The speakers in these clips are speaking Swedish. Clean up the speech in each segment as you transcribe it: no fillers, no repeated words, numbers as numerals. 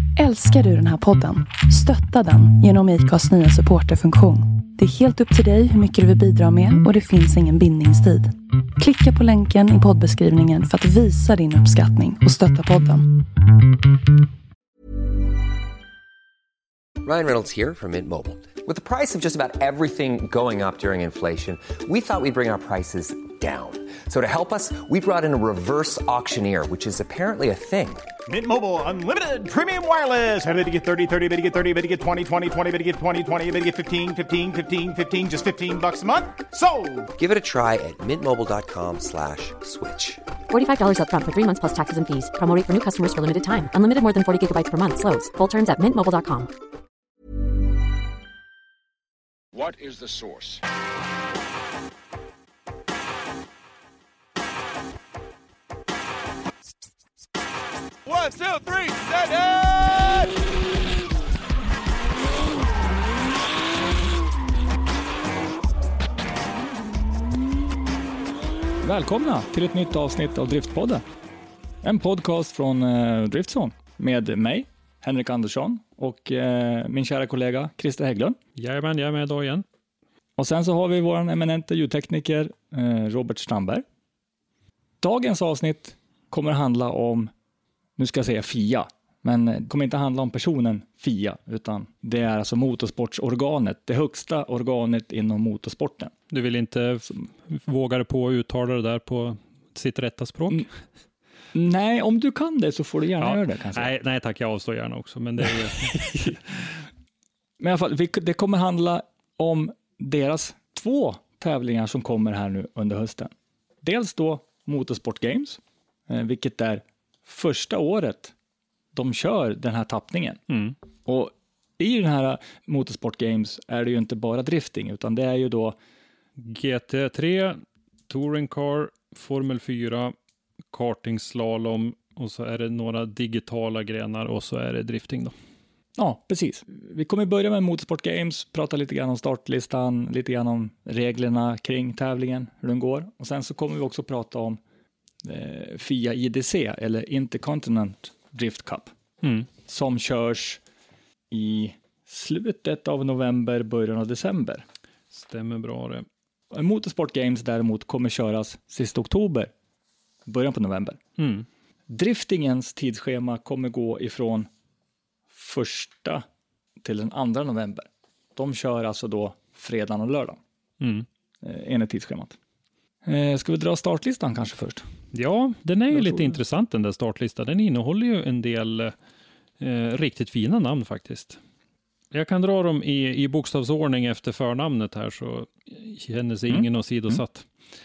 Älskar du den här podden? Stötta den genom IKAs nya supporterfunktion. Det är helt upp till dig hur mycket du vill bidra med och det finns ingen bindningstid. Klicka på länken i poddbeskrivningen för att visa din uppskattning och stötta podden. Ryan Reynolds here from Mint Mobile. With the price of just about everything going up during inflation, we thought we'd bring our prices down. So to help us, we brought in a reverse auctioneer, which is apparently a thing. Mint Mobile Unlimited Premium Wireless. How to get 30, 30, bit to get 30, bit to get 20, 20, 20, bit to get 20, 20, bit to get 15, 15, 15, 15, just $15 a month? Sold! Give it a try at mintmobile.com/switch. $45 up front for 3 months plus taxes and fees. Promo rate for new customers for limited time. Unlimited more than 40 gigabytes per month. Slows full terms at mintmobile.com. What is the source? One, two, three, set it! Välkomna till ett nytt avsnitt av Driftpodden. En podcast från Driftzone med mig, Henrik Andersson, och min kära kollega Christer Hägglund. Jajamän, jag är med idag igen. Och sen så har vi vår eminenta ljudtekniker Robert Strandberg. Dagens avsnitt kommer handla om, nu ska jag säga FIA, men det kommer inte handla om personen FIA, utan det är alltså motorsportsorganet, det högsta organet inom motorsporten. Du vill inte våga dig på att uttala det där på sitt rätta språk? Nej, om du kan det så får du gärna göra det. Kanske. Nej tack, jag avstår gärna också. Men, det är men i alla fall, det kommer handla om deras 2 tävlingar som kommer här nu under hösten. Dels då Motorsport Games, vilket är första året de kör den här tappningen. Mm. Och i den här Motorsport Games är det ju inte bara drifting, utan det är ju då GT3, Touring Car, Formel 4, karting, slalom, och så är det några digitala grenar och så är det drifting då. Ja, precis. Vi kommer börja med Motorsport Games, prata lite grann om startlistan, lite grann om reglerna kring tävlingen, hur den går. Och sen så kommer vi också prata om FIA IDC, eller Intercontinental Drift Cup, som körs i slutet av november, början av december. Stämmer bra det. Motorsport Games däremot kommer köras sista oktober, början på november. Driftingens tidsschema kommer gå ifrån 1 till den 2 november. De kör alltså då fredagen och lördagen. Enligt tidsschemat. Ska vi dra startlistan kanske först? Ja, den är ju lite intressant, den där startlistan. Den innehåller ju en del riktigt fina namn faktiskt. Jag kan dra dem i bokstavsordning efter förnamnet här, så känner sig ingen åsidosatt.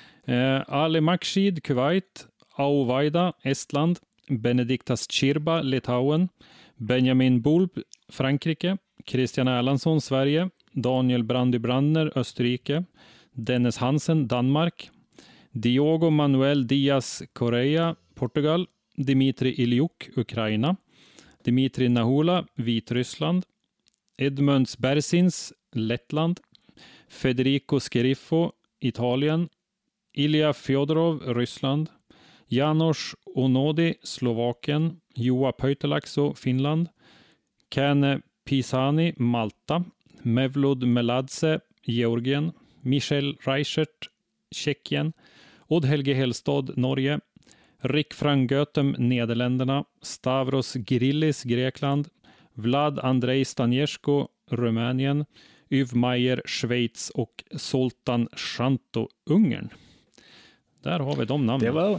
Ali Makshid, Kuwait. Auvaida, Estland. Benediktas Chirba, Litauen. Benjamin Bulb, Frankrike. Christian Erlandsson, Sverige. Daniel Brandy Brandner, Österrike. Dennis Hansen, Danmark. Diogo Manuel Diaz, Korea, Portugal. Dimitri Iljuk, Ukraina. Dimitri Nahula, Vitryssland. Edmunds Bersins, Lettland. Federico Scheriffo, Italien. Ilja Fjodorov, Ryssland. Janos Onodi, Slovakien. Joa Pöytälakso, Finland. Kane Pisani, Malta. Mevlud Meladze, Georgien. Michel Reichert, Tjeckien. Odd Helge Hellstad, Norge. Rick Frangötem, Nederländerna. Stavros Grillis, Grekland. Vlad Andrei Stanjesko, Rumänien. Yv Meijer, Schweiz och Zoltan Shanto, Ungern. Där har vi de namnen.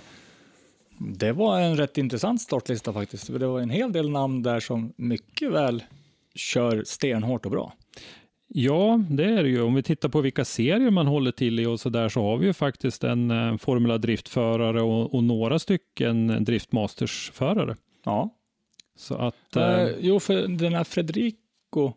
Det var en rätt intressant startlista faktiskt. Det var en hel del namn där som mycket väl kör stenhårt och bra. Ja, det är det ju. Om vi tittar på vilka serier man håller till i och så där, så har vi ju faktiskt en Formula Drift-förare och några stycken Driftmasters-förare. Ja. Så att... Jo, för den här Federico,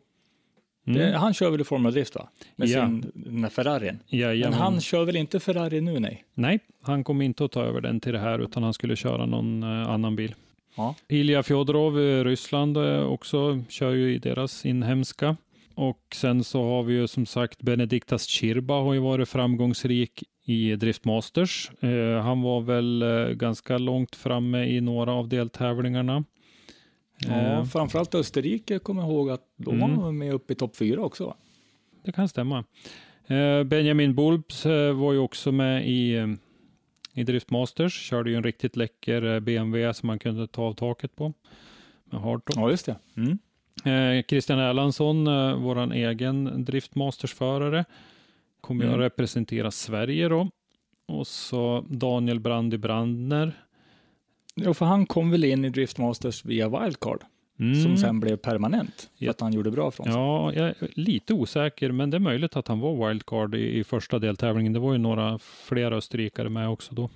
han kör väl i Formula Drift, va? Med den här Ferrarin. Men han kör väl inte Ferrari nu, nej? Nej, han kommer inte att ta över den till det här, utan han skulle köra någon annan bil. Ja. Ilja Fjodorov, Ryssland, också kör ju i deras inhemska. Och sen så har vi ju som sagt Benediktas Chirba har ju varit framgångsrik i Driftmasters. Han var väl ganska långt framme i några av deltävlingarna. Ja, framförallt Österrike kommer jag ihåg att då var man med upp i topp 4 också. Det kan stämma. Benjamin Bulbs var ju också med i Drift Masters. Körde ju en riktigt läcker BMW som man kunde ta av taket på. Med hardtop. Ja, just det. Christian Erlandsson, våran egen Drift Masters-förare, kommer att representera Sverige då. Och så Daniel Brandner. Ja, för han kom väl in i Drift Masters via wildcard. Som sen blev permanent. För att han gjorde bra från sig. Ja, jag är lite osäker, men det är möjligt att han var wildcard i första deltävlingen. Det var ju några fler österrikare med också då.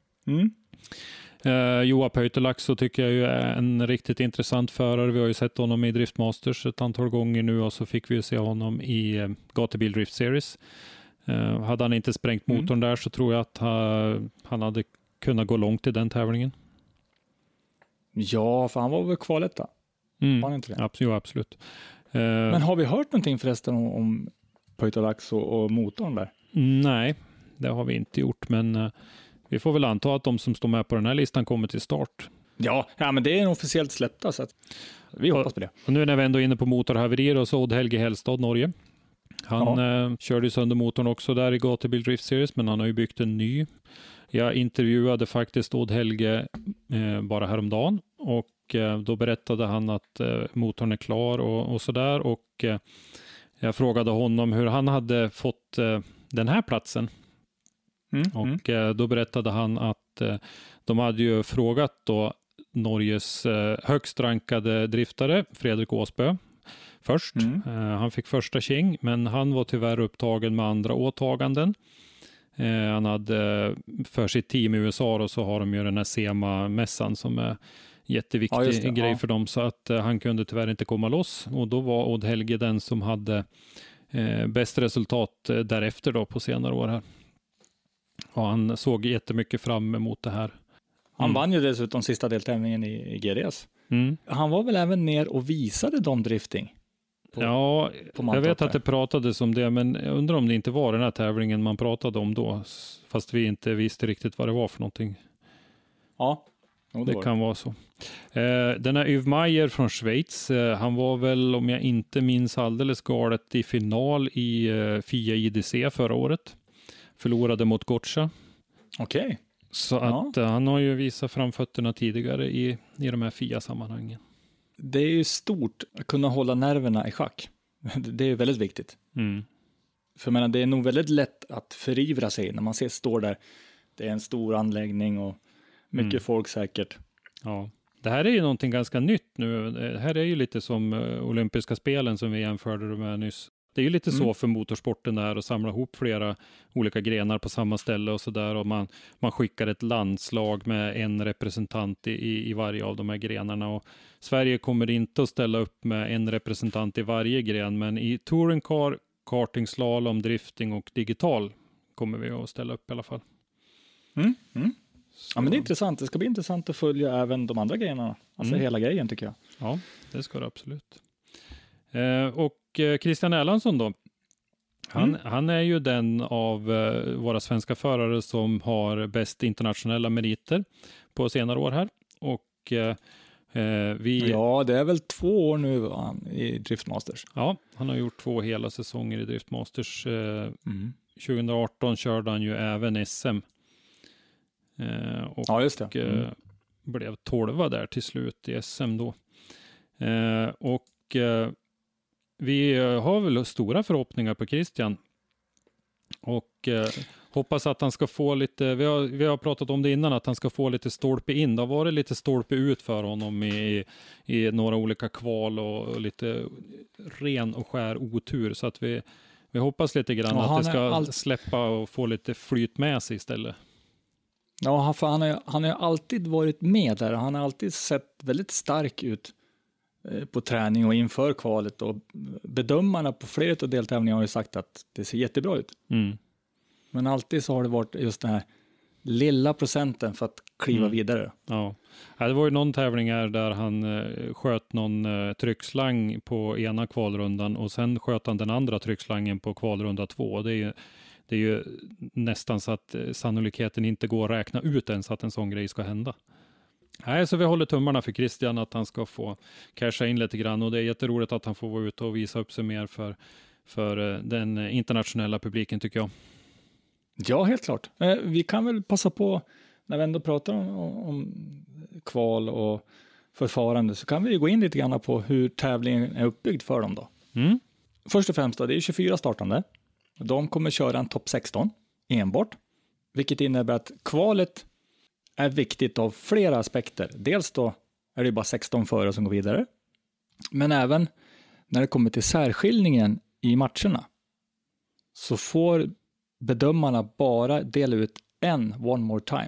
Joa Pöytelaxo tycker jag ju är en riktigt intressant förare. Vi har ju sett honom i Drift Masters ett antal gånger nu och så fick vi se honom i Gatubil Drift Series. Hade han inte sprängt motorn där så tror jag att han hade kunnat gå långt i den tävlingen. Ja, för han var väl kvalet då? Var han inte det? Absolut. Men har vi hört någonting förresten om Pöytelaxo och motorn där? Nej, det har vi inte gjort, men vi får väl anta att de som står med på den här listan kommer till start. Ja, men det är officiellt släppta så att vi hoppas på det. Och nu när vi ändå är inne på motorhaverier och så Odd Helge Hellstad, Norge. Han körde ju sönder motorn också där i Gatubil Drift Series, men han har ju byggt en ny. Jag intervjuade faktiskt Odd Helge bara häromdagen och då berättade han att motorn är klar och sådär. Och jag frågade honom hur han hade fått den här platsen. Och då berättade han att de hade ju frågat då Norges högst rankade driftare Fredrik Åsbö först. Han fick första king, men han var tyvärr upptagen med andra åtaganden. Han hade för sitt team i USA och så har de ju den här SEMA-mässan som är jätteviktig grej för dem, så att han kunde tyvärr inte komma loss och då var Odd Helge den som hade bäst resultat därefter då på senare år här. Och han såg jättemycket fram emot det här. Han vann ju dessutom sista deltävlingen i GDS. Han var väl även ner och visade dem drifting? Ja, jag vet att det pratades om det, men jag undrar om det inte var den här tävlingen man pratade om då, fast vi inte visste riktigt vad det var för någonting. Ja, det kan vara så. Den här Yves Meyer från Schweiz, han var väl, om jag inte minns alldeles galet, i final i FIA IDC förra året. Förlorade mot Gotcha. Okej. Så att han har ju visat framfötterna tidigare i de här FIA-sammanhangen. Det är ju stort att kunna hålla nerverna i schack. Det är väldigt viktigt. För jag menar, det är nog väldigt lätt att förivra sig när man står där. Det är en stor anläggning och mycket folk säkert. Ja, det här är ju någonting ganska nytt nu. Det här är ju lite som olympiska spelen som vi jämförde med nyss. Det är ju lite så för motorsporten där att samla ihop flera olika grenar på samma ställe och sådär. Och man skickar ett landslag med en representant i varje av de här grenarna. Och Sverige kommer inte att ställa upp med en representant i varje gren, men i touringcar, karting, slalom, drifting och digital kommer vi att ställa upp i alla fall. Ja, men det är intressant. Det ska bli intressant att följa även de andra grenarna. Alltså hela grejen tycker jag. Ja, det ska det absolut. Och Christian Erlandsson då. Han är ju den av våra svenska förare som har bäst internationella meriter på senare år här. Och Ja, det är väl 2 år nu i Drift Masters. Ja, han har gjort 2 hela säsonger i Drift Masters. 2018 körde han ju även SM. Och ja, just det. Blev 12 där till slut i SM då. Och vi har väl stora förhoppningar på Christian. Och hoppas att han ska få lite, vi har pratat om det innan, att han ska få lite stolpe in. Det har varit lite stolpe ut för honom i några olika kval och lite ren och skär otur. Så att vi hoppas lite grann att det ska släppa och få lite flyt med sig istället. Ja, för han har alltid varit med där. Han har alltid sett väldigt stark ut på träning och inför kvalet. Och bedömarna på flera av deltävlingarna har ju sagt att det ser jättebra ut. Men alltid så har det varit just den här lilla procenten för att kliva vidare. Ja, det var ju någon tävling här där han sköt någon tryckslang på ena kvalrundan och sen sköt han den andra tryckslangen på kvalrunda 2. Det är ju nästan så att sannolikheten inte går att räkna ut ens att en sån grej ska hända. Nej, så vi håller tummarna för Christian att han ska få casha in lite grann och det är jätteroligt att han får vara ute och visa upp sig mer för den internationella publiken tycker jag. Ja, helt klart. Vi kan väl passa på, när vi ändå pratar om kval och förfarande, så kan vi gå in lite grann på hur tävlingen är uppbyggd för dem då. Först och främst då, det är 24 startande. De kommer köra en topp 16 enbart, vilket innebär att kvalet är viktigt av flera aspekter. Dels då är det bara 16 förare som går vidare, men även när det kommer till särskiljningen i matcherna så får bedömarna bara dela ut en one more time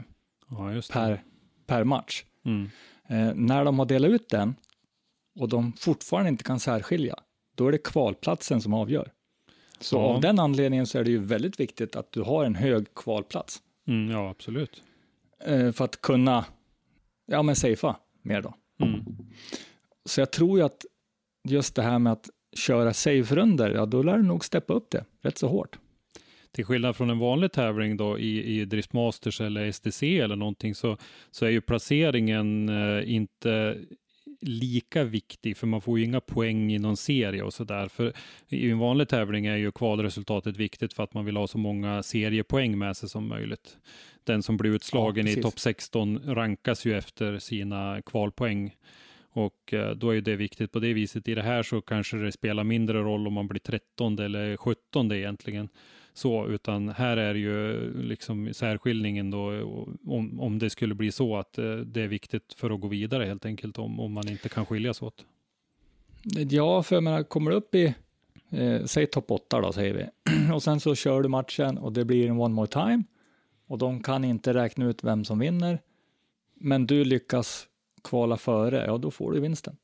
per match. När de har delat ut den och de fortfarande inte kan särskilja, då är det kvalplatsen som avgör. Så av den anledningen så är det ju väldigt viktigt att du har en hög kvalplats. Ja, absolut. För att kunna safea mer då. Så jag tror ju att just det här med att köra safe-runder, då lär du nog steppa upp det rätt så hårt. Till skillnad från en vanlig tävling då i Drift Masters eller STC eller någonting så är ju placeringen inte lika viktig, för man får ju inga poäng i någon serie och sådär. För i en vanlig tävling är ju kvalresultatet viktigt för att man vill ha så många seriepoäng med sig som möjligt. Den som blir utslagen i topp 16 rankas ju efter sina kvalpoäng. Och då är det viktigt på det viset. I det här så kanske det spelar mindre roll om man blir 13 eller 17 egentligen. Så, utan här är ju liksom särskiljningen då, om det skulle bli så att det är viktigt för att gå vidare helt enkelt, om man inte kan skiljas åt. Ja, för man kommer upp i säg topp 8 då, säger vi. Och sen så kör du matchen och det blir en one more time. Och de kan inte räkna ut vem som vinner. Men du lyckas kvala före, ja då får du vinsten.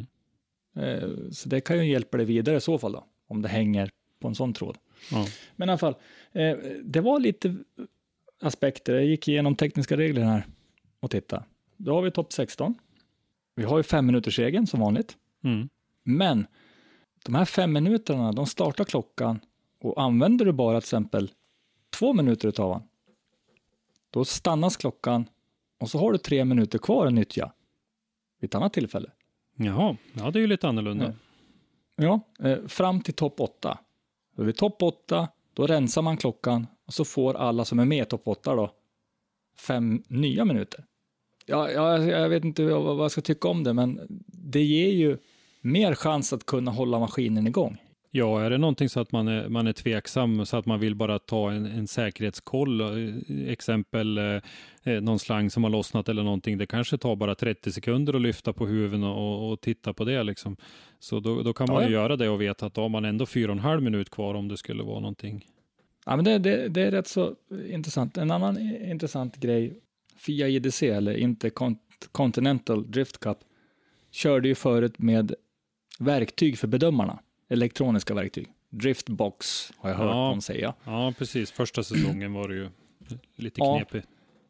Så det kan ju hjälpa dig vidare i så fall då, om det hänger på en sån tråd. Men i alla fall, det var lite aspekter. Jag gick igenom tekniska regler här och titta. Då har vi topp 16. Vi har ju 5-minutersregeln som vanligt. Men de här 5 minuterna, de startar klockan och använder du bara till exempel 2 minuter utav den, då stannas klockan och så har du 3 minuter kvar att nyttja vid ett annat tillfälle. Jaha, ja det är ju lite annorlunda. Ja, fram till topp 8. Vid topp 8, då rensar man klockan och så får alla som är med i topp 8 då 5 nya minuter. Jag vet inte vad jag ska tycka om det, men det ger ju mer chans att kunna hålla maskinen igång. Ja, är det någonting så att man är tveksam så att man vill bara ta en säkerhetskoll, exempel någon slang som har lossnat eller någonting, det kanske tar bara 30 sekunder att lyfta på huven och titta på det liksom. Så då kan man ju göra det och veta att då har man ändå 4,5 minut kvar om det skulle vara någonting. Ja, men det är rätt så intressant. En annan intressant grej, FIA IDC eller Intercontinental Drift Cup körde ju förut med verktyg för bedömarna. Elektroniska verktyg. Driftbox har jag hört dem säga. Ja, precis. Första säsongen var det ju lite knepig.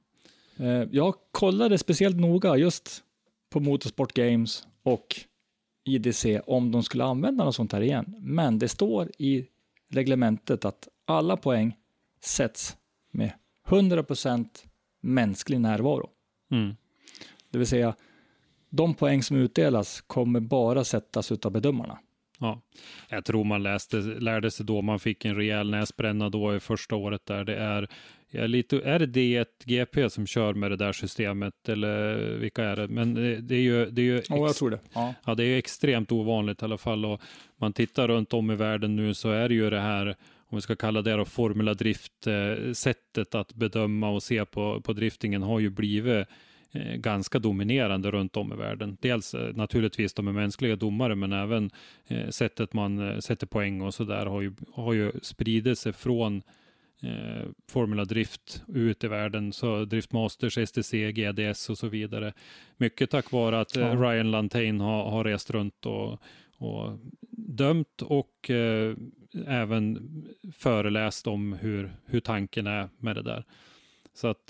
Jag kollade speciellt noga just på Motorsport Games och IDC om de skulle använda något sånt här igen. Men det står i reglementet att alla poäng sätts med 100% mänsklig närvaro. Det vill säga, de poäng som utdelas kommer bara sättas utav bedömarna. Ja, jag tror man lärde sig då, man fick en rejäl näsbränna då i första året där. Är det ett GP som kör med det där systemet eller vilka är det? Men det är ju jag tror det. Ja, det är extremt ovanligt i alla fall, och man tittar runt om i världen nu så är det ju det här, om vi ska kalla det då Formula Drift, sättet att bedöma och se på driftingen har ju blivit ganska dominerande runt om i världen. Dels naturligtvis de är mänskliga domare, men även sättet man sätter poäng och sådär har ju spridit sig från Formula Drift ut i världen, så Drift Masters, STC, GDS och så vidare. Mycket tack vare att Ryan Lantain har rest runt och dömt och även föreläst om hur tanken är med det där. Så att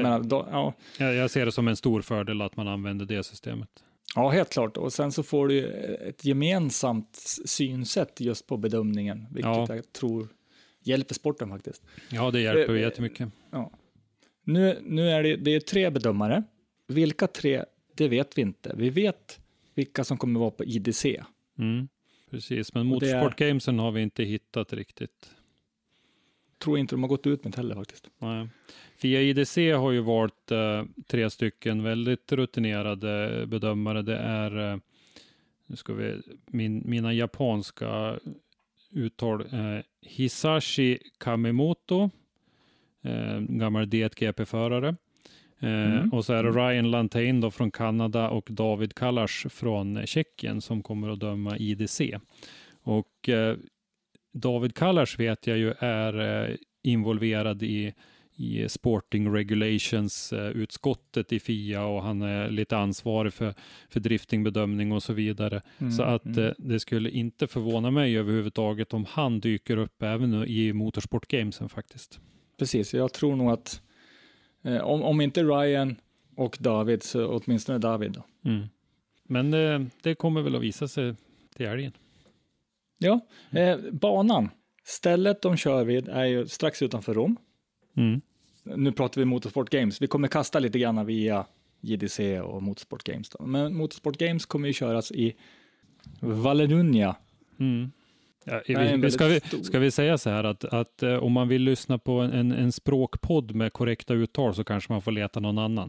jag ser det som en stor fördel att man använder det systemet. Ja, helt klart. Och sen så får du ett gemensamt synsätt just på bedömningen, vilket jag tror hjälper sporten faktiskt. Ja, det hjälper jättemycket. Ja. Nu är det är 3 bedömare vilka 3, det vet vi inte. Vi vet vilka som kommer vara på IDC. Precis, men Motorsport-gamesen har vi inte hittat riktigt. Tror inte de har gått ut med det heller faktiskt. Nej. FIA IDC har ju valt 3 stycken väldigt rutinerade bedömare. Det är, nu ska vi, mina japanska uttal, Hisashi Kamemoto, gammal D1GP-förare. Och så är det Ryan Lantain då från Kanada och David Kallars från Tjeckien som kommer att döma IDC. Och David Kallars vet jag ju är involverad i Sporting Regulations utskottet i FIA, och han är lite ansvarig för driftingbedömning och så vidare. Så att det skulle inte förvåna mig överhuvudtaget om han dyker upp även i Motorsport Gamesen faktiskt. Precis, jag tror nog att om inte Ryan och David, så åtminstone David då. Men det kommer väl att visa sig till helgen. Ja, banan. Stället de kör vid är ju strax utanför Rom. Nu pratar vi Motorsport Games. Vi kommer kasta lite grann via JDC och Motorsport Games då. Men Motorsport Games kommer ju köras i Valenunia. Ja, ska vi säga så här att om man vill lyssna på en språkpodd med korrekta uttal så kanske man får leta någon annan.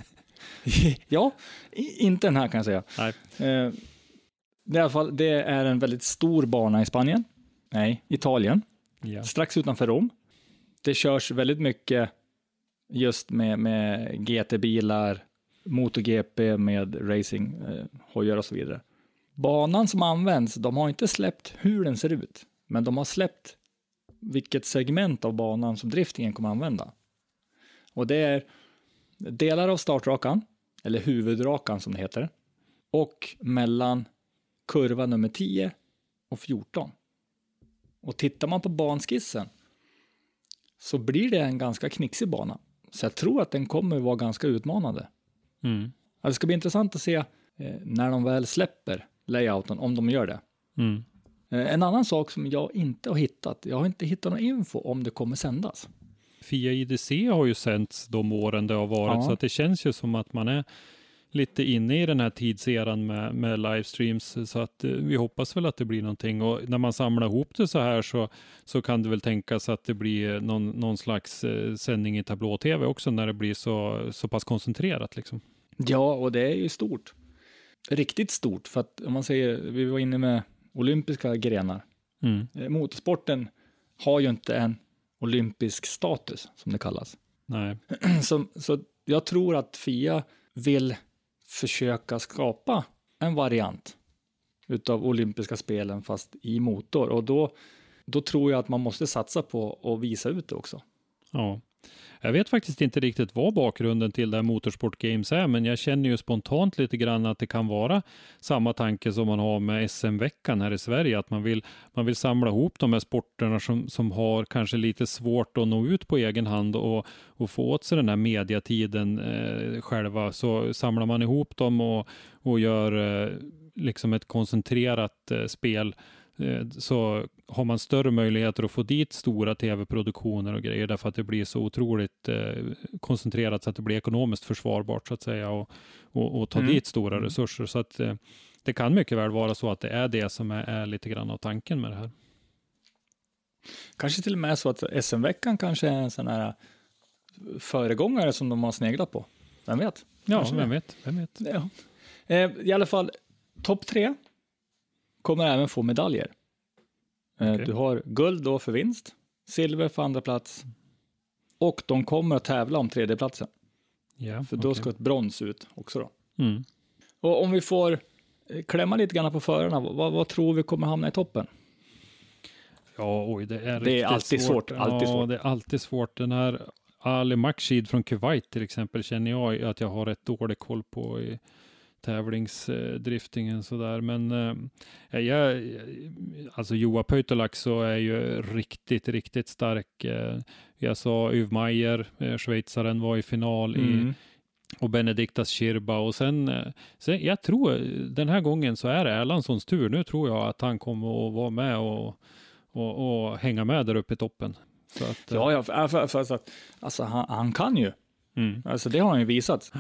Ja, inte den här kan jag säga. Nej. I alla fall, det är en väldigt stor bana i Spanien. Nej, Italien. Ja. Strax utanför Rom. Det körs väldigt mycket just med GT-bilar, MotoGP med racing, hojar och så vidare. Banan som används, de har inte släppt hur den ser ut, men de har släppt vilket segment av banan som driftingen kommer använda. Och det är delar av startrakan, eller huvudrakan som det heter, och mellan kurva nummer 10 och 14. Och tittar man på banskissen så blir det en ganska knixig bana. Så jag tror att den kommer vara ganska utmanande. Det ska bli intressant att se när de väl släpper layouten, om de gör det. En annan sak som jag inte har hittat, jag har inte hittat någon info om det kommer sändas. FIA IDC har ju sänts de åren det har varit, så att det känns ju som att man är lite inne i den här tidseran med livestreams, så att vi hoppas väl att det blir någonting, och när man samlar ihop det så här så kan det väl tänkas att det blir någon slags sändning i tablå-tv också när det blir så pass koncentrerat liksom. Ja, och det är ju stort. Riktigt stort, för att om man säger, vi var inne med olympiska grenar. Motorsporten har ju inte en olympisk status som det kallas. Nej. Så jag tror att FIA vill försöka skapa en variant utav olympiska spelen fast i motor, och då tror jag att man måste satsa på att visa ut det också. Ja. Jag vet faktiskt inte riktigt vad bakgrunden till det här Motorsport Games är, men jag känner ju spontant lite grann att det kan vara samma tanke som man har med SM-veckan här i Sverige, att man vill samla ihop de här sporterna som har kanske lite svårt att nå ut på egen hand och få åt sig den här mediatiden själva, så samlar man ihop dem och gör liksom ett koncentrerat spel, så har man större möjligheter att få dit stora tv-produktioner och grejer, därför att det blir så otroligt koncentrerat så att det blir ekonomiskt försvarbart så att säga, och ta dit stora resurser. Så att det kan mycket väl vara så att det är det som är lite grann av tanken med det här. Kanske till och med så att SM-veckan kanske är en sån här föregångare som de har sneglat på. Vem vet? Ja, vem vet. Ja. I alla fall, topp 3 kommer även få medaljer. Okay. Du har guld då för vinst, silver för andra plats, och de kommer att tävla om tredje platsen. Yeah, för då ska ett brons ut också då. Och om vi får klämma lite grann på förarna, vad tror vi kommer hamna i toppen? Ja, det är alltid svårt. Alltid svårt. Det är alltid svårt. Den här Ali Makshid från Kuwait till exempel känner jag att jag har rätt dålig koll på i tävlingsdriftingen sådär, men alltså Joa Pöytolaxo är ju riktigt stark. Jag sa Yves Maier, schweizaren, var i final och Benediktas Schirba, och sen jag tror den här gången så är det Erlandssons tur. Nu tror jag att han kommer att vara med och hänga med där uppe i toppen. Så att, för att alltså han kan ju. Alltså det har han ju visat.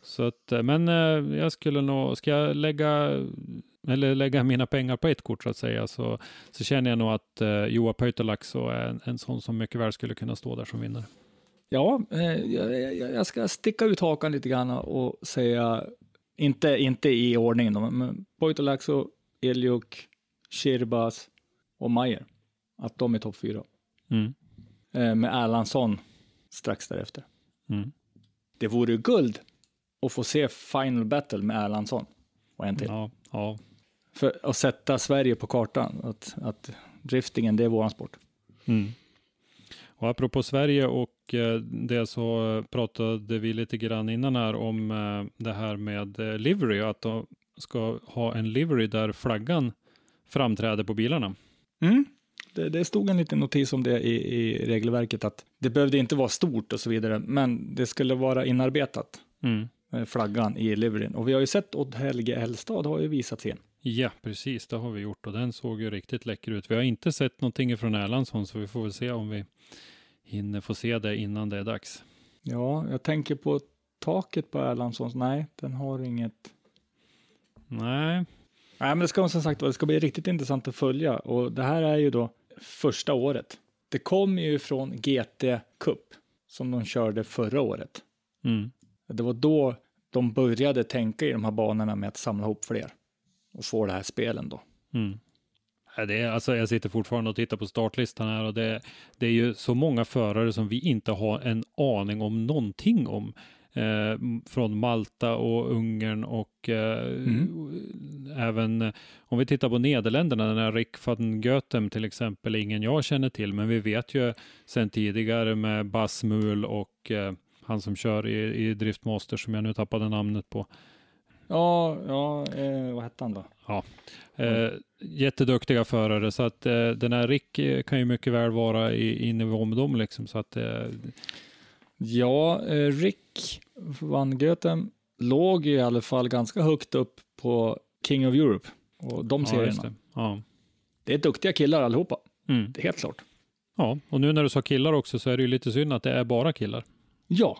Så att, men jag skulle nog, ska jag lägga mina pengar på ett kort så att säga, så känner jag nog att Juha Pöytälaakso är en sån som mycket väl skulle kunna stå där som vinnare. Ja, jag ska sticka ut hakan lite grann och säga, inte i ordning då, men Pöytälaakso, Eljuk, Shirbas och Mayer, att de är topp 4. Med Erlandsson strax därefter. Det vore guld att få se Final Battle med Erlandsson och en till. Ja. För att sätta Sverige på kartan, att driftingen, det är våran sport. Och apropå Sverige och det, så pratade vi lite grann innan här om det här med livery, att de ska ha en livery där flaggan framträder på bilarna. Det stod en liten notis om det i regelverket, att det behövde inte vara stort och så vidare, men det skulle vara inarbetat, flaggan i liveryn. Och vi har ju sett Odd Helge Hellstad har ju visat sin. Ja, precis, det har vi gjort och den såg ju riktigt läcker ut. Vi har inte sett någonting från Erlandsson, så vi får väl se om vi hinner få se det innan det är dags. Ja, jag tänker på taket på Erlandssons. Nej, den har inget. Nej, men det ska som sagt, det ska bli riktigt intressant att följa. Och det här är ju då första året. Det kommer ju från GT Cup som de körde förra året. Det var då de började tänka i de här banorna med att samla ihop fler och få det här spelen då. Det är, alltså, jag sitter fortfarande och tittar på startlistan här, och det är ju så många förare som vi inte har en aning om någonting om. Från Malta och Ungern och även om vi tittar på Nederländerna, den här Rick van Goethem till exempel, ingen jag känner till, men vi vet ju sen tidigare med Bas Mul och han som kör i Driftmaster som jag nu tappade namnet på. Vad hette han då? Ja, jätteduktiga förare, så att den här Rick kan ju mycket väl vara i nivå med dem liksom, så att Rick van Goethem låg i alla fall ganska högt upp på King of Europe och de serierna. Det är duktiga killar allihopa. Det är helt klart. Ja, och nu när du sa killar också, så är det ju lite synd att det är bara killar. Ja.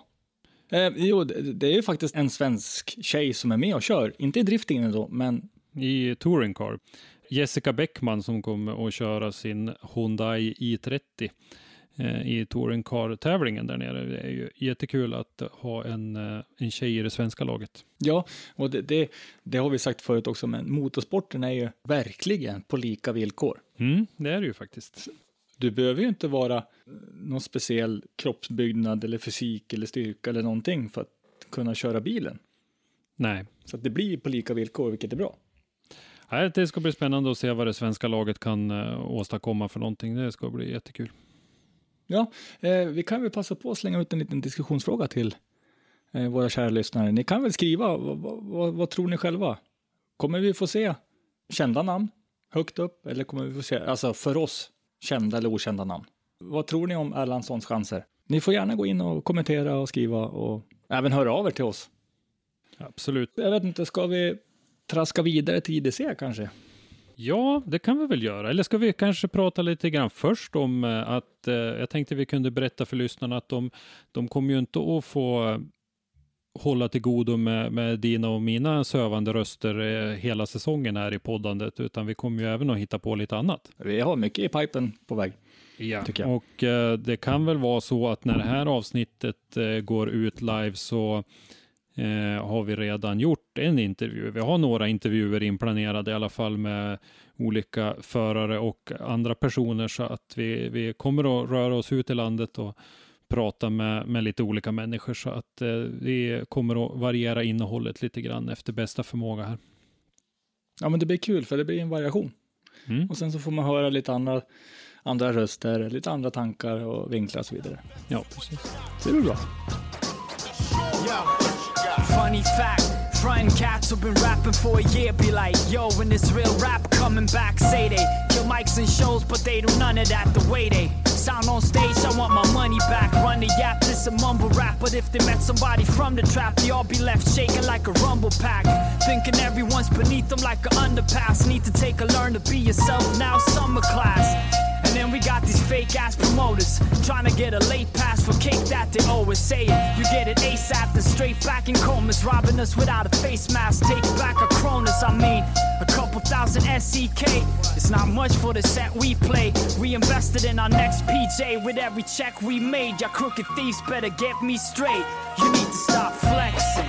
Det är ju faktiskt en svensk tjej som är med och kör. Inte i driftingen då, men i touring car. Jessica Bäckman som kommer att köra sin Hyundai i30 i touring car-tävlingen där nere. Det är ju jättekul att ha en tjej i det svenska laget. Ja, och det har vi sagt förut också, men motorsporten är ju verkligen på lika villkor. Det är det ju faktiskt. Du behöver ju inte vara någon speciell kroppsbyggnad eller fysik eller styrka eller någonting för att kunna köra bilen. Nej. Så att det blir på lika villkor, vilket är bra. Det ska bli spännande att se vad det svenska laget kan åstadkomma för någonting. Det ska bli jättekul. Ja, vi kan väl passa på att slänga ut en liten diskussionsfråga till våra kära lyssnare. Ni kan väl skriva, vad tror ni själva? Kommer vi få se kända namn högt upp? Eller kommer vi få se, alltså för oss, kända eller okända namn? Vad tror ni om Erlandssons chanser? Ni får gärna gå in och kommentera och skriva och även höra av er till oss. Absolut. Jag vet inte, ska vi traska vidare till IDC kanske? Ja, det kan vi väl göra. Eller ska vi kanske prata lite grann först om att jag tänkte vi kunde berätta för lyssnarna att de kommer ju inte att få hålla till godo med dina och mina sövande röster hela säsongen här i poddandet, utan vi kommer ju även att hitta på lite annat. Vi har mycket i pipen på väg. Ja, och det kan väl vara så att när det här avsnittet går ut live så har vi redan gjort en intervju. Vi har några intervjuer inplanerade i alla fall med olika förare och andra personer, så att vi kommer att röra oss ut i landet och prata med lite olika människor, så att vi kommer att variera innehållet lite grann efter bästa förmåga här. Ja, men det blir kul för det blir en variation. Och sen så får man höra lite andra röster, lite andra tankar och vinklar och så vidare. Ja, precis. Det blir bra. Funny fact, frontin' cats who've been rapping for a year be like, yo, when this real rap coming back, say they kill mics and shows, but they do none of that the way they sound on stage. I want my money back, run the yap, this a mumble rap, but if they met somebody from the trap, they all be left shaking like a rumble pack, thinking everyone's beneath them like an underpass. Need to take a learn to be yourself now, summer class. And then we got these fake ass promoters trying to get a late pass for cake that they always say it. You get it ASAP, then straight back in comas, robbing us without a face mask. Take back a Cronus, I mean, a couple thousand SEK. It's not much for the set we play. We invested in our next PJ with every check we made. Ya crooked thieves better get me straight. You need to stop flexing.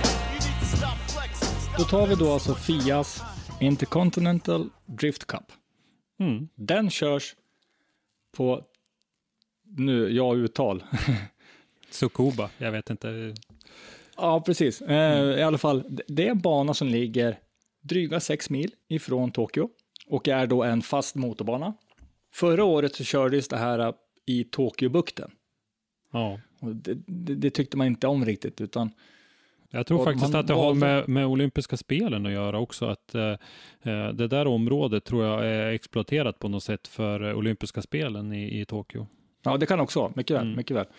Då tar vi då alltså FIAs Intercontinental Drift Cup. Den körs på, nu, uttal. Tsukuba, jag vet inte. Ja, precis. I alla fall, det är en bana som ligger dryga 6 mil ifrån Tokyo och är då en fast motorbana. Förra året så kördes det här i Tokyobukten. Ja. Och det tyckte man inte om riktigt, utan jag tror faktiskt att det har med olympiska spelen att göra också, att det där området tror jag är exploaterat på något sätt för olympiska spelen i Tokyo. Ja, det kan också vara, mycket väl.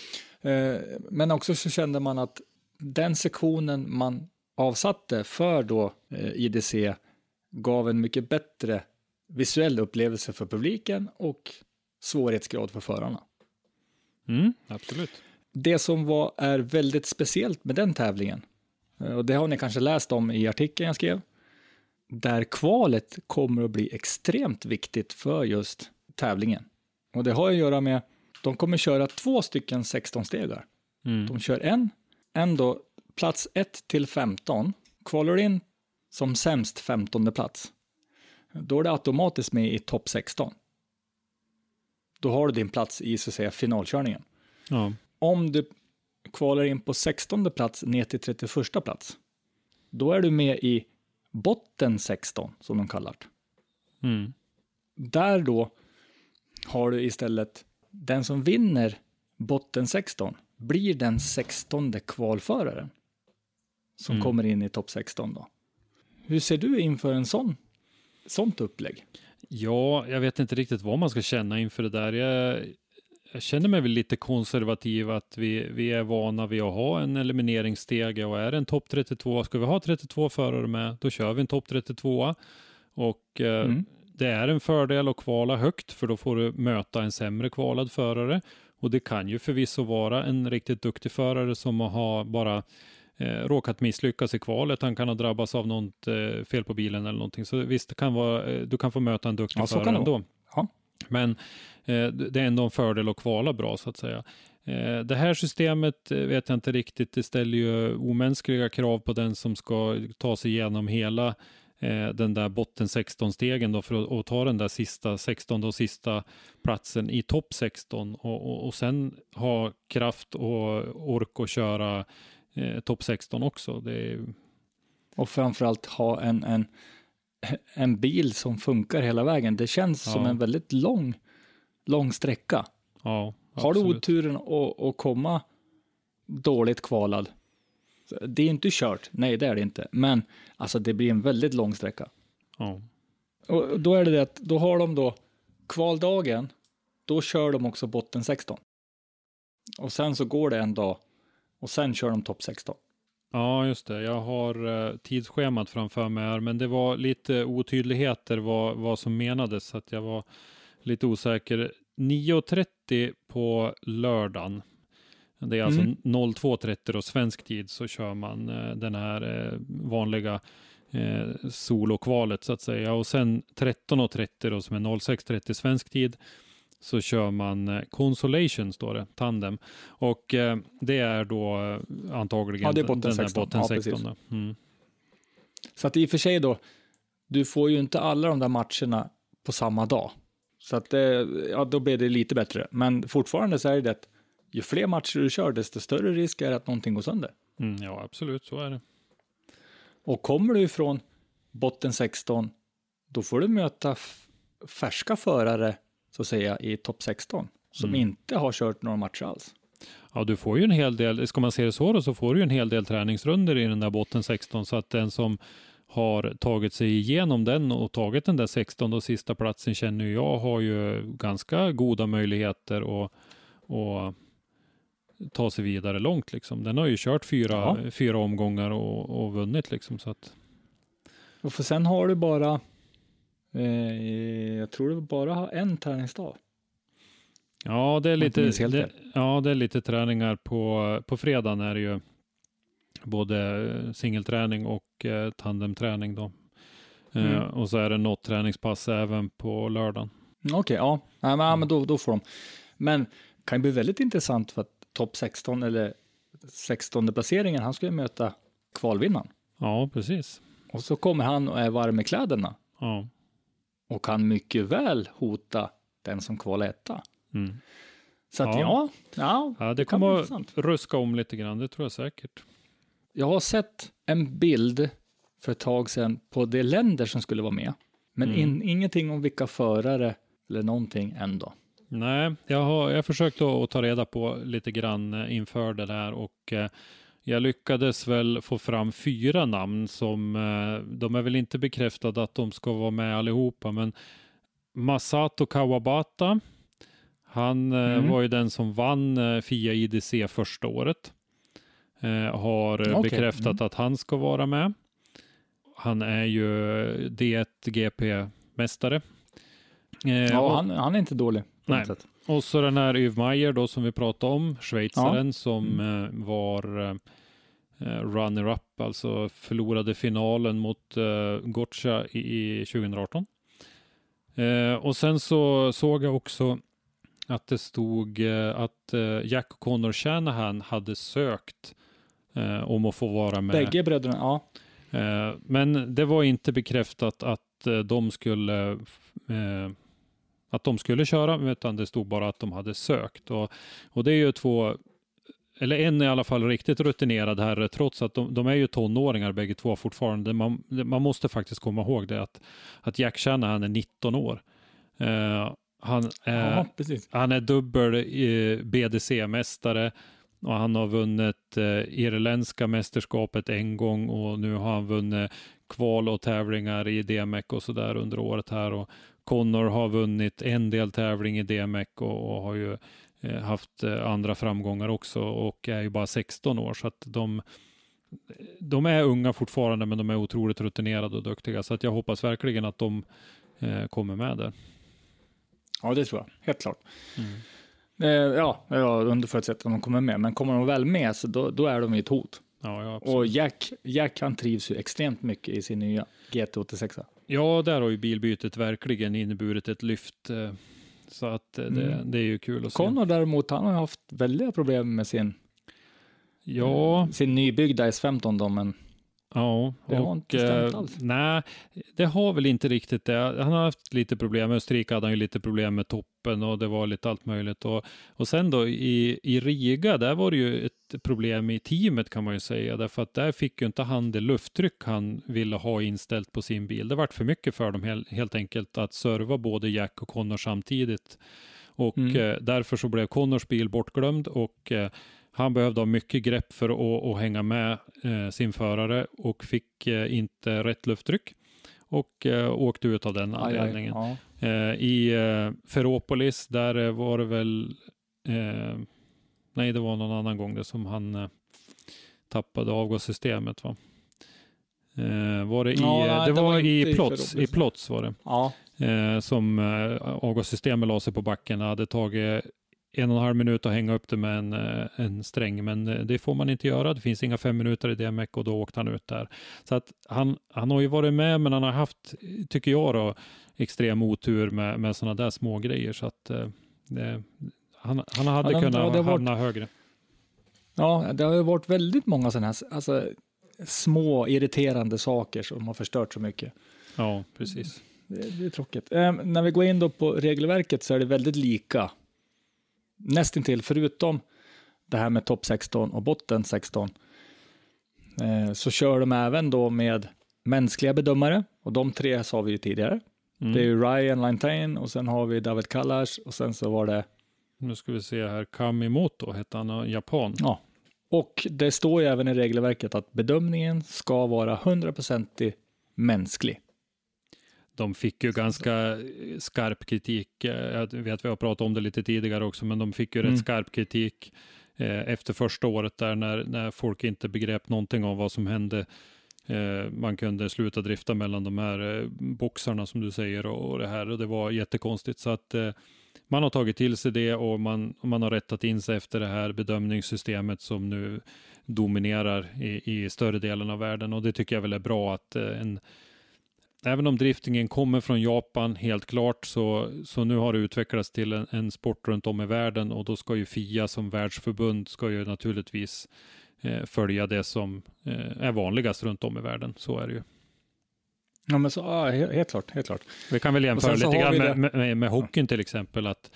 Men också så kände man att den sektionen man avsatte för då IDC gav en mycket bättre visuell upplevelse för publiken och svårighetsgrad för förarna. Absolut. Det som är väldigt speciellt med den tävlingen, och det har ni kanske läst om i artikeln jag skrev, där kvalet kommer att bli extremt viktigt för just tävlingen. Och det har att göra med, de kommer köra 2 stycken 16-stegar. De kör en då plats 1 till 15, kvalar in som sämst 15:e plats. Då är det automatiskt med i topp 16. Då har du din plats i, så att säga, finalkörningen. Ja. Om du kvalar in på 16:e plats ner till 31:a plats, då är du med i botten 16, som de kallar det. Där då har du istället den som vinner botten 16 blir den 16:e kvalföraren som kommer in i topp 16 då. Hur ser du inför en sånt upplägg? Ja, jag vet inte riktigt vad man ska känna inför det där. Jag känner mig väl lite konservativ, att vi är vana vid att ha en elimineringsstege, och är det en topp 32, ska vi ha 32 förare med, då kör vi en topp 32. Och det är en fördel att kvala högt, för då får du möta en sämre kvalad förare. Och det kan ju förvisso vara en riktigt duktig förare som har bara råkat misslyckas i kvalet. Han kan ha drabbats av något fel på bilen eller någonting. Så visst, det kan vara, du kan få möta en duktig förare ändå. Ja. Men det är ändå en fördel att kvala bra, så att säga. Det här systemet vet jag inte riktigt. Det ställer ju omänskliga krav på den som ska ta sig igenom hela den där botten 16-stegen då, för att ta den där sista 16 och sista platsen i topp 16 och sen ha kraft och ork att köra topp 16 också. Det är... Och framförallt ha en bil som funkar hela vägen. Det känns som en väldigt lång sträcka. Ja, har du oturen att komma dåligt kvalad, det är inte kört. Nej, det är det inte. Men alltså, det blir en väldigt lång sträcka. Ja. Och då är det att då har de då kvaldagen, då kör de också botten 16. Och sen så går det en dag och sen kör de topp 16. Ja, just det. Jag har tidsschemat framför mig här, men det var lite otydligheter vad som menades, så att jag var lite osäker. 9:30 på lördagen. Det är alltså 02:30 och svensk tid, så kör man den här vanliga solokvalet, så att säga. Och sen 13:30 då, som är 06:30 svensk tid, så kör man Consolation, står det, tandem. Och det är då antagligen det är botten 16. Botten 16. Så att i och för sig då, du får ju inte alla de där matcherna på samma dag. Så att då blir det lite bättre. Men fortfarande så är det att ju fler matcher du kör, desto större risk är att någonting går sönder. Ja, absolut, så är det. Och kommer du ifrån botten 16, då får du möta färska förare, så att säga, i topp 16 som inte har kört några matcher alls. Ja, du får ju en hel del, ska man se det så då, så får du ju en hel del träningsrunder i den där botten 16, så att den som har tagit sig igenom den och tagit den där 16 och sista platsen, känner jag, har ju ganska goda möjligheter att ta sig vidare långt liksom. Den har ju kört fyra omgångar och vunnit liksom, så att... Och för sen har du bara jag tror du bara har en träningsdag. Ja, det är lite, det är lite träningar på fredagen är det ju både singelträning och tandemträning då. Och så är det något träningspass även på lördagen. Okej, ja. Men då får de. Men kan ju bli väldigt intressant för att topp 16 eller 16:e placeringen, han ska ju möta kvalvinnaren. Ja, precis. Och så kommer han och är varm i kläderna. Ja. Och kan mycket väl hota den som kvalar etta. Så att ja, det kommer att ruska om lite grann, det tror jag säkert. Jag har sett en bild för ett tag sedan på de länder som skulle vara med. Men ingenting om vilka förare eller någonting ändå. Nej, jag försökt att ta reda på lite grann inför det där och jag lyckades väl få fram 4 namn som, de är väl inte bekräftade att de ska vara med allihopa, men Masato Kawabata, han var ju den som vann FIA IDC första året. Har bekräftat att han ska vara med. Han är ju D1 GP-mästare. Han är inte dålig. Nej. Och så den här Yves Meyer då som vi pratade om, schweizaren som var runner-up, alltså förlorade finalen mot Gotcha i 2018. Och sen så såg jag också att det stod att Jack Connor Shanahan hade sökt om att få vara med. Bägge bröderna, ja. Men det var inte bekräftat att de skulle köra, utan det stod bara att de hade sökt. Och det är ju 2, eller en i alla fall riktigt rutinerad här, trots att de är ju tonåringar bägge två fortfarande. Man måste faktiskt komma ihåg det, att Jack Shanahan är 19 år. Han är dubbel BDC-mästare och han har vunnit irländska mästerskapet en gång och nu har han vunnit kval och tävlingar i DMEC och sådär under året här, och Connor har vunnit en del tävling i DMEC och har ju haft andra framgångar också och är ju bara 16 år, så att de är unga fortfarande, men de är otroligt rutinerade och duktiga, så att jag hoppas verkligen att de kommer med där. Ja, det tror jag. Helt klart. Ja, under förutsättning att de kommer med. Men kommer de väl med så då är de ju ett hot. Ja, och Jack han trivs ju extremt mycket i sin nya GT86. Ja, där har ju bilbytet verkligen inneburit ett lyft. Så att det är ju kul att se. Connor däremot, han har haft väldiga problem med sin nybyggda S15 då, men ja, det har inte stämt alls. Nej, det har väl inte riktigt det. Han har haft lite problem. Österrike hade han ju lite problem med toppen och det var lite allt möjligt. Och sen då i Riga, där var det ju ett problem i teamet kan man ju säga. Därför att där fick ju inte han det lufttryck han ville ha inställt på sin bil. Det var för mycket för dem helt enkelt att serva både Jack och Connor samtidigt. Och därför så blev Connors bil bortglömd och han behövde ha mycket grepp för att hänga med sin förare och fick inte rätt lufttryck och åkte ut av den anledningen. I Ferropolis, där var det väl det var någon annan gång det som han tappade avgassystemet, va? Var det i Plots var det. Ja. Som avgassystemet la sig på backen, hade tagit 1,5 minut att hänga upp det med en sträng, men det får man inte göra. Det finns inga 5 minuter i DMEC och då åkte han ut där. Så att han har ju varit med, men han har haft, tycker jag då, extrem otur med sådana där små grejer, så att han hade kunnat hamna högre. Ja, det har ju varit väldigt många sådana här små irriterande saker som har förstört så mycket. Ja, precis. Det är tråkigt. När vi går in då på regelverket så är det väldigt lika. Nästintill, förutom det här med topp 16 och botten 16, så kör de även då med mänskliga bedömare, och de 3 sa vi ju tidigare. Det är ju Ryan Lantain och sen har vi David Kallars och sen så var det, nu ska vi se här, Kamimoto hette han, japan. Ja, och det står ju även i regelverket att bedömningen ska vara 100% mänsklig. De fick ju ganska skarp kritik. Jag vet vi har pratat om det lite tidigare också, men de fick ju rätt skarp kritik efter första året där när folk inte begrep någonting av vad som hände. Man kunde sluta drifta mellan de här boxarna som du säger och det här, och det var jättekonstigt, så att man har tagit till sig det och man har rättat in sig efter det här bedömningssystemet som nu dominerar i större delen av världen. Och det tycker jag väl är bra att även om driftingen kommer från Japan helt klart så nu har det utvecklats till en sport runt om i världen, och då ska ju FIA som världsförbund ska ju naturligtvis följa det som är vanligast runt om i världen. Så är det ju. Ja, men så, helt klart. Vi kan väl jämföra lite grann med hockeyn till exempel, att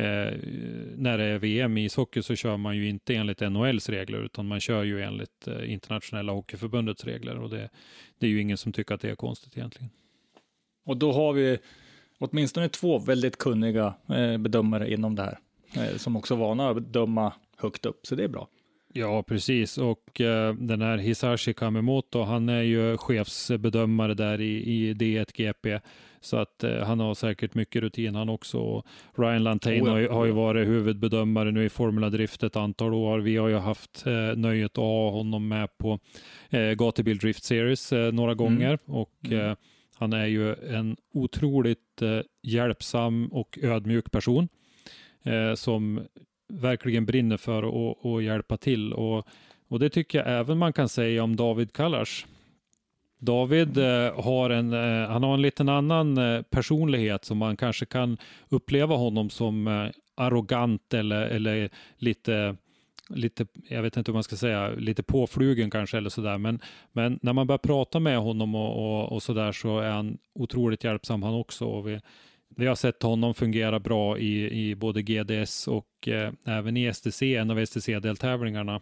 när det är VM i ishockey så kör man ju inte enligt NHLs regler, utan man kör ju enligt internationella hockeyförbundets regler, och det är ju ingen som tycker att det är konstigt egentligen. Och då har vi åtminstone 2 väldigt kunniga bedömare inom det här, som också är vana att bedöma högt upp, så det är bra. Ja, precis. Och den här Hisashi Kamemoto, han är ju chefsbedömare där i D1 GP. Så att han har säkert mycket rutin han också. Och Ryan Lantain har ju varit huvudbedömare nu i Formula Drift ett antal år. Vi har ju haft nöjet att ha honom med på Gatubil Drift Series några gånger. Och han är ju en otroligt hjälpsam och ödmjuk person som verkligen brinner för att hjälpa till, och det tycker jag även man kan säga om David Kallars. David har en liten annan personlighet, som man kanske kan uppleva honom som arrogant eller lite, jag vet inte hur man ska säga, lite påflugen kanske eller sådär, men när man börjar prata med honom och sådär, så är han otroligt hjälpsam han också, och vi har sett honom fungera bra i både GDS och även i STC, en av STC-deltävlingarna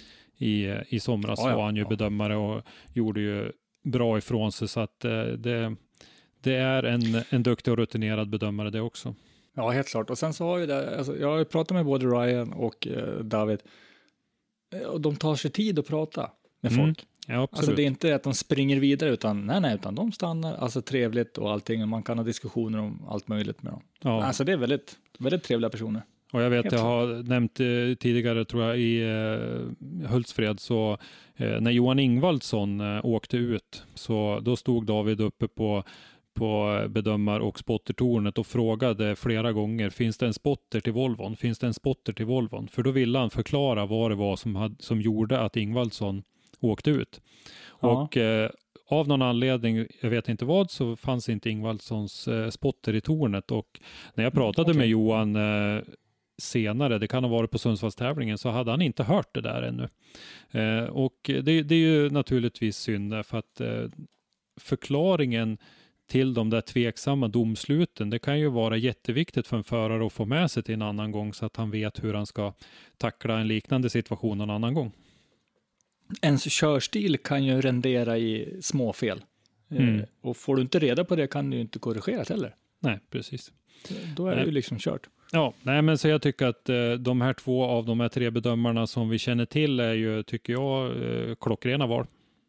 i somras var han ju bedömare och gjorde ju bra ifrån sig, så att det är en duktig och rutinerad bedömare det också. Ja, helt klart. Och sen så har ju det, alltså, jag har ju pratat med både Ryan och David, och de tar sig tid att prata med folk. Ja, absolut. Alltså det är inte att de springer vidare, utan de stannar, alltså trevligt och allting, och man kan ha diskussioner om allt möjligt med dem. Ja. Alltså det är väldigt, väldigt trevliga personer. Och jag vet, jag har nämnt tidigare tror jag i Hultsfred, så när Johan Ingvaldsson åkte ut, så då stod David uppe på bedömar- och spottertornet och frågade flera gånger, finns det en spotter till Volvon? Finns det en spotter till Volvon? För då ville han förklara vad det var som gjorde att Ingvaldsson åkte ut. Ja. Och av någon anledning, jag vet inte vad, så fanns inte Ingvaldssons spotter i tornet, och när jag pratade med Johan senare, det kan ha varit på Sundsvallstävlingen, så hade han inte hört det där ännu. Och det är ju naturligtvis synd, för att förklaringen till de där tveksamma domsluten, det kan ju vara jätteviktigt för en förare att få med sig till en annan gång, så att han vet hur han ska tackla en liknande situation en annan gång. Ens körstil kan ju rendera i småfel. Och får du inte reda på det kan du ju inte korrigera heller. Nej, precis. Då är det ju liksom kört. Ja, nej, men så jag tycker att de här 2 av de här 3 bedömarna som vi känner till är ju, tycker jag, klockrena val.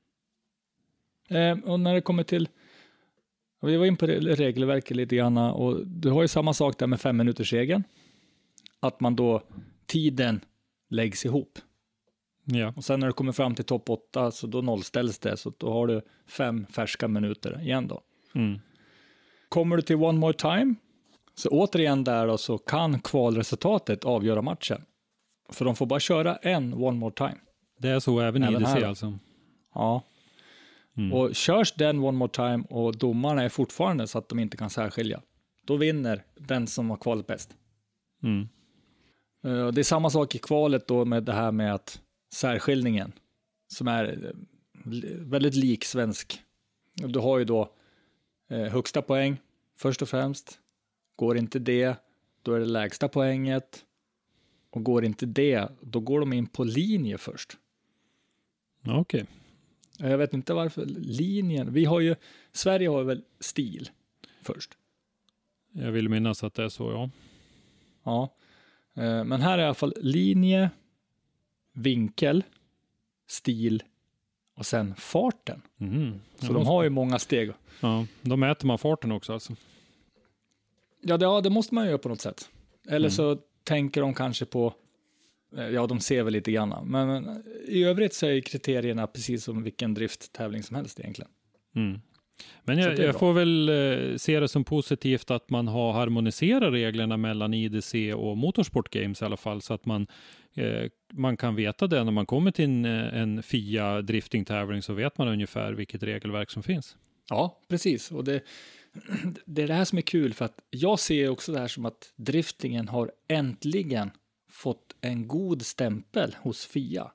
Och när det kommer till, vi var in på regelverket lite grann, och du har ju samma sak där med 5-minutersregeln. Att man då, tiden läggs ihop. Ja. Och sen när du kommer fram till topp 8, så då nollställs det, så då har du 5 färska minuter igen då. Kommer du till one more time, så återigen där då, så kan kvalresultatet avgöra matchen. För de får bara köra en one more time. Det är så även i IDC här alltså? Ja. Och körs den one more time och domarna är fortfarande så att de inte kan särskilja, då vinner den som har kvalet bäst. Det är samma sak i kvalet då, med det här med att särskiljningen, som är väldigt lik svensk. Du har ju då högsta poäng först och främst. Går inte det, då är det lägsta poänget. Och går inte det, då går de in på linje först. Okej. Jag vet inte varför linjen. Sverige har väl stil först. Jag vill minnas att det är så, ja. Ja. Men här är i alla fall linje, vinkel, stil och sen farten. Så de har ju många steg. Ja, då mäter man farten också alltså. Ja, det måste man göra på något sätt. Eller så tänker de kanske på, ja, de ser väl lite grann. Men i övrigt så är kriterierna precis som vilken drifttävling som helst egentligen. Men jag får väl se det som positivt att man har harmoniserat reglerna mellan IDC och Motorsport Games i alla fall, så att man kan veta det när man kommer till en FIA driftingtävling, så vet man ungefär vilket regelverk som finns. Ja, precis. Och det är det här som är kul, för att jag ser också det här som att driftingen har äntligen fått en god stämpel hos FIA.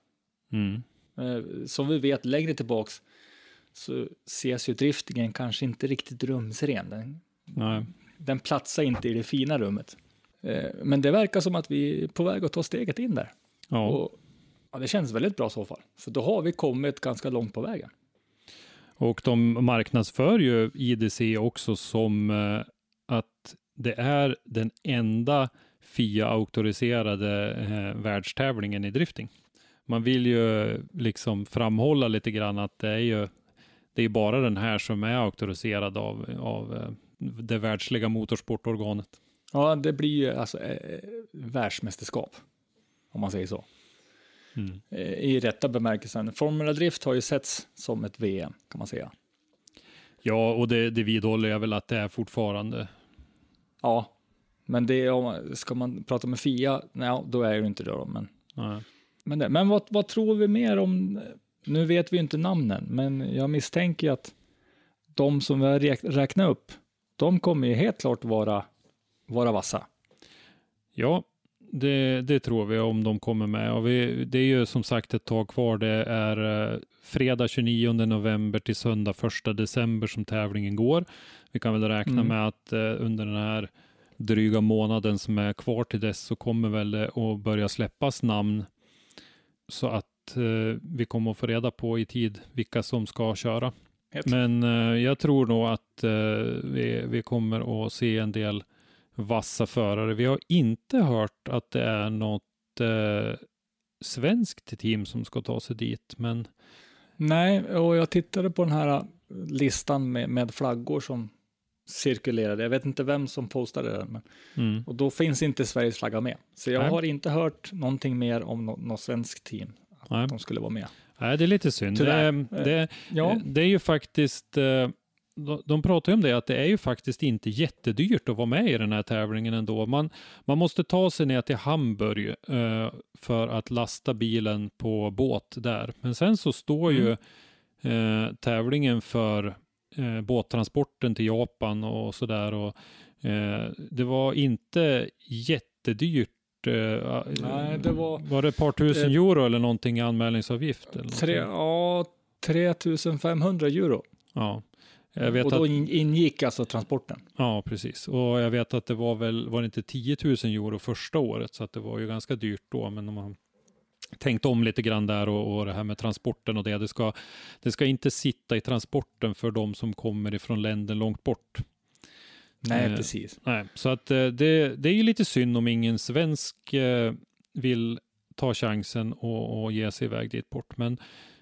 Som vi vet längre tillbaks så ses ju driftingen kanske inte riktigt rumsren. Den platsar inte i det fina rummet. Men det verkar som att vi är på väg att ta steget in där. Ja. Och det känns väldigt bra i så fall. För då har vi kommit ganska långt på vägen. Och de marknadsför ju IDC också som att det är den enda FIA-auktoriserade världstävlingen i drifting. Man vill ju liksom framhålla lite grann att det är bara den här som är auktoriserad av det världsliga motorsportorganet. Ja, det blir ju alltså världsmästerskap, om man säger så. I rätta bemärkelsen. Formula Drift har ju setts som ett VM, kan man säga. Ja, och det vidhåller jag väl att det är fortfarande. Ja, men ska man prata med FIA, nej, då är det ju inte det då. Men vad tror vi mer om? Nu vet vi ju inte namnen, men jag misstänker att de som vi har räknat upp, de kommer ju helt klart vara vassa. Ja, det tror vi om de kommer med. Och det är ju som sagt ett tag kvar. Det är fredag 29 november till söndag 1 december som tävlingen går. Vi kan väl räkna med att under den här dryga månaden som är kvar till dess så kommer väl det att börja släppas namn, så att vi kommer att få reda på i tid vilka som ska köra. Men jag tror nog att vi kommer att se en del vassa förare. Vi har inte hört att det är något svenskt team som ska ta sig dit. Men... Nej, och jag tittade på den här listan med flaggor som cirkulerade. Jag vet inte vem som postade den. Och då finns inte Sveriges flagga med. Så jag har inte hört någonting mer om något svenskt team. Att de skulle vara med. Nej, det är lite synd. Det är ju faktiskt... De pratar ju om det, att det är ju faktiskt inte jättedyrt att vara med i den här tävlingen ändå. Man måste ta sig ner till Hamburg för att lasta bilen på båt där. Men sen så står ju tävlingen för båttransporten till Japan och sådär. Och det var inte jättedyrt. Nej, det var det ett par tusen euro eller någonting i anmälningsavgift? Eller 3500 euro. Ja. Och då ingick alltså transporten. Ja, precis. Och jag vet att det var det inte 10 000 euro första året, så att det var ju ganska dyrt då. Men om man tänkt om lite grann där och det här med transporten och det ska inte sitta i transporten för de som kommer ifrån länder långt bort. Nej, precis. Nej, så att det är ju lite synd om ingen svensk vill ta chansen och ge sig iväg dit bort. Men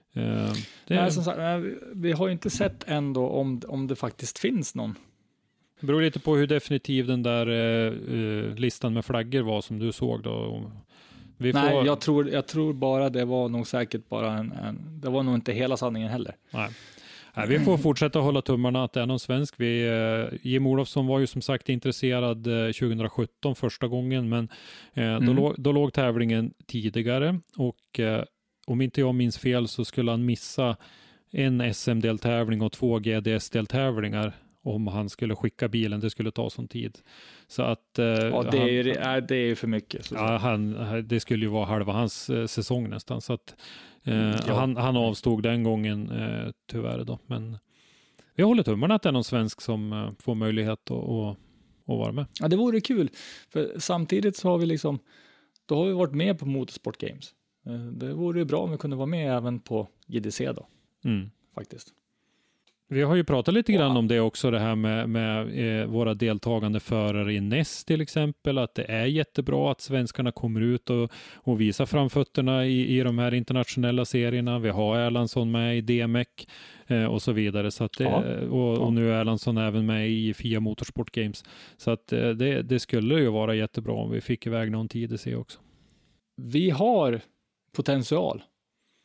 som sagt, vi har ju inte sett ändå om det faktiskt finns någon. Det beror lite på hur definitiv den där listan med flaggor var som du såg då. Jag tror bara det var nog säkert bara det var nog inte hela sanningen heller. Nej, vi får fortsätta hålla tummarna att det är någon svensk. Jim Olofsson var ju som sagt intresserad 2017 första gången, men då låg tävlingen tidigare och om inte jag minns fel så skulle han missa en SM-deltävling och 2 GDS-deltävlingar om han skulle skicka bilen. Det skulle ta sån tid. Så att det är för mycket. Det skulle ju vara halva hans säsong nästan. Så att han avstod den gången tyvärr då. Men vi håller tummarna att det är någon svensk som får möjlighet att vara med. Ja, det vore kul. För samtidigt så har vi då har vi varit med på Motorsport Games. Det vore ju bra om vi kunde vara med även på GDC då. Faktiskt. Vi har ju pratat lite grann om det också, det här med våra deltagande förare i NES till exempel, att det är jättebra att svenskarna kommer ut och visar framfötterna i de här internationella serierna. Vi har Erlandsson med i DMEC och så vidare. Så att och nu är Erlandsson även med i FIA Motorsport Games. Så att det skulle ju vara jättebra om vi fick iväg någon tid att se också. Vi har potential.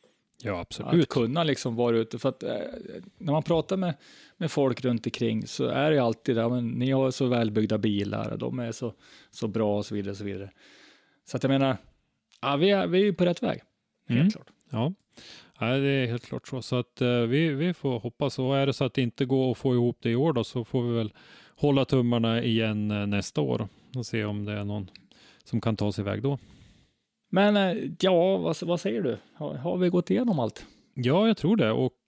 Ja, absolut. Att kunna liksom vara ute. För att när man pratar med folk runt omkring så är det alltid där, men ni har så välbyggda bilar, de är så bra och så vidare. Så vidare. Så att jag menar, ja, vi är ju på rätt väg. Helt klart. Ja, det är helt klart så. Så att vi får hoppas. Och är det så att det inte går att få ihop det i år då, så får vi väl hålla tummarna igen nästa år och se om det är någon som kan ta sig iväg då. Men ja, vad säger du? Har vi gått igenom allt? Ja, jag tror det. Och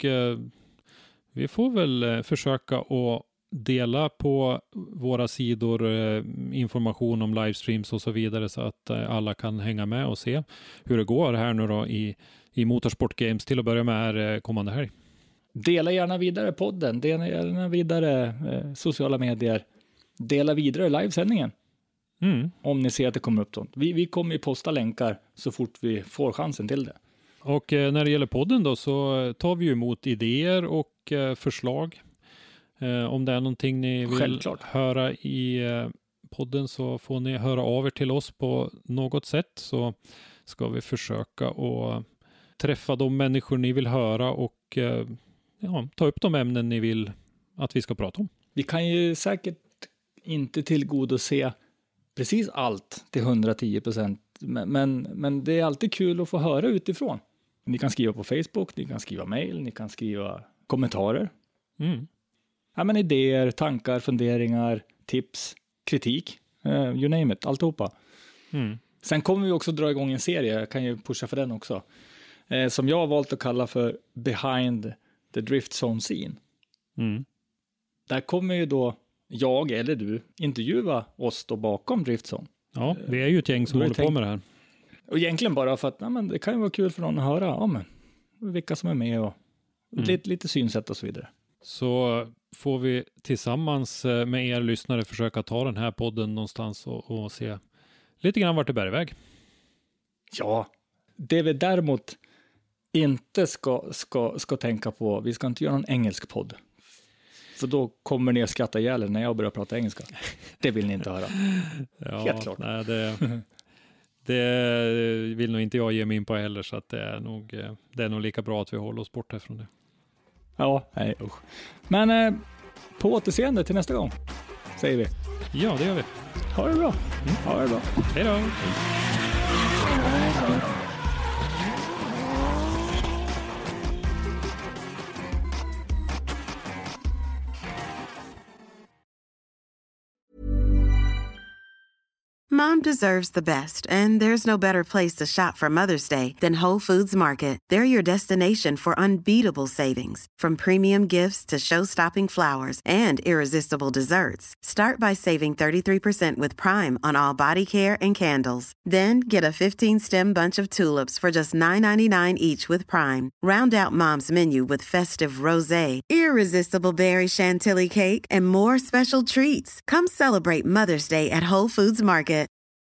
vi får väl försöka att dela på våra sidor information om livestreams och så vidare, så att alla kan hänga med och se hur det går här nu då i Motorsport Games till att börja med här kommande helg. Dela gärna vidare podden, dela gärna vidare sociala medier, dela vidare livesändningen. Om ni ser att det kommer upp sånt. Vi kommer ju posta länkar så fort vi får chansen till det. Och när det gäller podden då, så tar vi ju emot idéer och förslag. Om det är någonting ni vill höra i podden, så får ni höra av er till oss på något sätt, så ska vi försöka att träffa de människor ni vill höra och ta upp de ämnen ni vill att vi ska prata om. Vi kan ju säkert inte tillgodose precis allt till 110%, men det är alltid kul att få höra utifrån. Ni kan skriva på Facebook, ni kan skriva mejl, ni kan skriva kommentarer. Ja, men idéer, tankar, funderingar, tips, kritik, you name it, alltihopa. Sen kommer vi också dra igång en serie, jag kan ju pusha för den också, som jag har valt att kalla för Behind the Drift Zone Scene. Där kommer ju då jag eller du intervjua oss då bakom Drift Zone. Ja, vi är ju ett gäng som håller på med det här. Och egentligen bara för att det kan ju vara kul för någon att höra vilka som är med och lite synsätt och så vidare. Så får vi tillsammans med er lyssnare försöka ta den här podden någonstans och se lite grann vart det bär iväg. Ja, det vi däremot inte ska tänka på, vi ska inte göra någon engelsk podd. För då kommer ni att skratta ihjäl när jag börjar prata engelska. Det vill ni inte höra. Ja, helt klart. Nej, det vill nog inte jag ge mig in på heller, så att det är nog lika bra att vi håller oss bort härifrån det. Ja, nej usch. Men på återseende till nästa gång, säger vi. Ja, det gör vi. Ha det bra. Ha det bra. Hej då. Mom deserves the best, and there's no better place to shop for Mother's Day than Whole Foods Market. They're your destination for unbeatable savings, from premium gifts to show-stopping flowers and irresistible desserts. Start by saving 33% with Prime on all body care and candles. Then get a 15-stem bunch of tulips for just $9.99 each with Prime. Round out Mom's menu with festive rosé, irresistible berry chantilly cake, and more special treats. Come celebrate Mother's Day at Whole Foods Market.